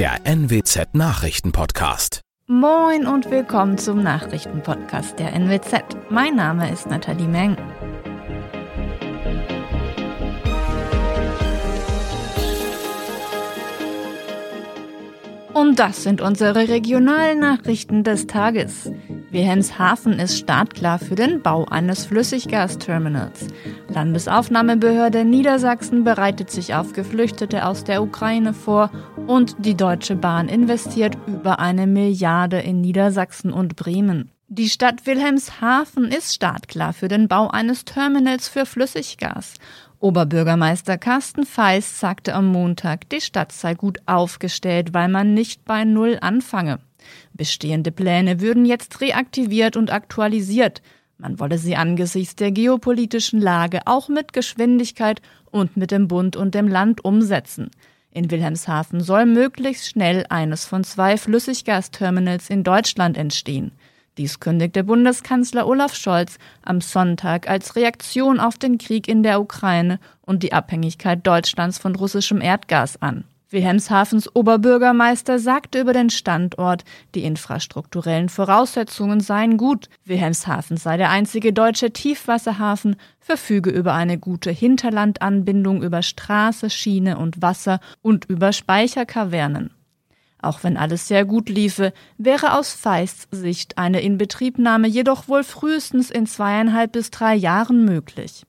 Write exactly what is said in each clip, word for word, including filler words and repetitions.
der N W Z-Nachrichten-Podcast. Moin und willkommen zum Nachrichtenpodcast der N W Z. Mein Name ist Nathalie Meng. Und das sind unsere regionalen Nachrichten des Tages. Wilhelmshaven ist startklar für den Bau eines Flüssiggasterminals. Landesaufnahmebehörde Niedersachsen bereitet sich auf Geflüchtete aus der Ukraine vor und die Deutsche Bahn investiert über eine Milliarde in Niedersachsen und Bremen. Die Stadt Wilhelmshaven ist startklar für den Bau eines Terminals für Flüssiggas. Oberbürgermeister Carsten Feist sagte am Montag, die Stadt sei gut aufgestellt, weil man nicht bei Null anfange. Bestehende Pläne würden jetzt reaktiviert und aktualisiert. Man wolle sie angesichts der geopolitischen Lage auch mit Geschwindigkeit und mit dem Bund und dem Land umsetzen. In Wilhelmshaven soll möglichst schnell eines von zwei Flüssiggasterminals in Deutschland entstehen. Dies kündigte Bundeskanzler Olaf Scholz am Sonntag als Reaktion auf den Krieg in der Ukraine und die Abhängigkeit Deutschlands von russischem Erdgas an. Wilhelmshavens Oberbürgermeister sagte über den Standort, die infrastrukturellen Voraussetzungen seien gut. Wilhelmshaven sei der einzige deutsche Tiefwasserhafen, verfüge über eine gute Hinterlandanbindung über Straße, Schiene und Wasser und über Speicherkavernen. Auch wenn alles sehr gut liefe, wäre aus Feists Sicht eine Inbetriebnahme jedoch wohl frühestens in zweieinhalb bis drei Jahren möglich.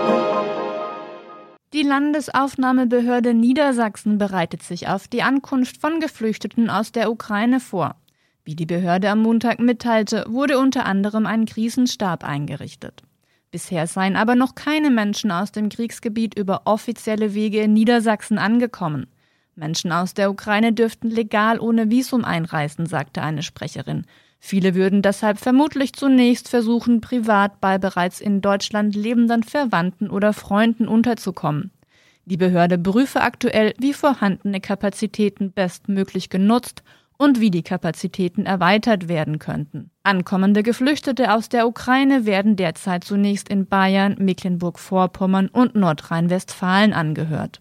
Die Landesaufnahmebehörde Niedersachsen bereitet sich auf die Ankunft von Geflüchteten aus der Ukraine vor. Wie die Behörde am Montag mitteilte, wurde unter anderem ein Krisenstab eingerichtet. Bisher seien aber noch keine Menschen aus dem Kriegsgebiet über offizielle Wege in Niedersachsen angekommen. Menschen aus der Ukraine dürften legal ohne Visum einreisen, sagte eine Sprecherin. Viele würden deshalb vermutlich zunächst versuchen, privat bei bereits in Deutschland lebenden Verwandten oder Freunden unterzukommen. Die Behörde prüfe aktuell, wie vorhandene Kapazitäten bestmöglich genutzt und wie die Kapazitäten erweitert werden könnten. Ankommende Geflüchtete aus der Ukraine werden derzeit zunächst in Bayern, Mecklenburg-Vorpommern und Nordrhein-Westfalen angehört.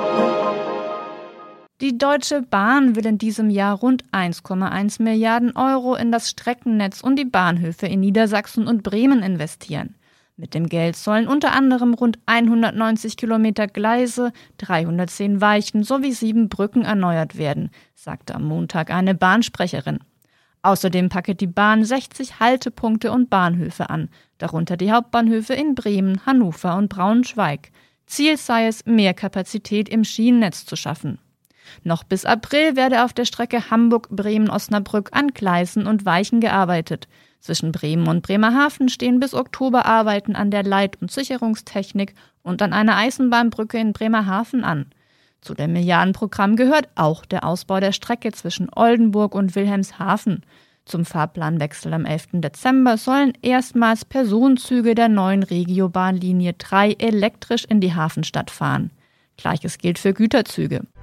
Die Deutsche Bahn will in diesem Jahr rund eins Komma eins Milliarden Euro in das Streckennetz und die Bahnhöfe in Niedersachsen und Bremen investieren. Mit dem Geld sollen unter anderem rund hundertneunzig Kilometer Gleise, dreihundertzehn Weichen sowie sieben Brücken erneuert werden, sagte am Montag eine Bahnsprecherin. Außerdem packe die Bahn sechzig Haltepunkte und Bahnhöfe an, darunter die Hauptbahnhöfe in Bremen, Hannover und Braunschweig. Ziel sei es, mehr Kapazität im Schienennetz zu schaffen. Noch bis April werde auf der Strecke Hamburg-Bremen-Osnabrück an Gleisen und Weichen gearbeitet. Zwischen Bremen und Bremerhaven stehen bis Oktober Arbeiten an der Leit- und Sicherungstechnik und an einer Eisenbahnbrücke in Bremerhaven an. Zu dem Milliardenprogramm gehört auch der Ausbau der Strecke zwischen Oldenburg und Wilhelmshaven. Zum Fahrplanwechsel am elften Dezember sollen erstmals Personenzüge der neuen Regiobahnlinie drei elektrisch in die Hafenstadt fahren. Gleiches gilt für Güterzüge.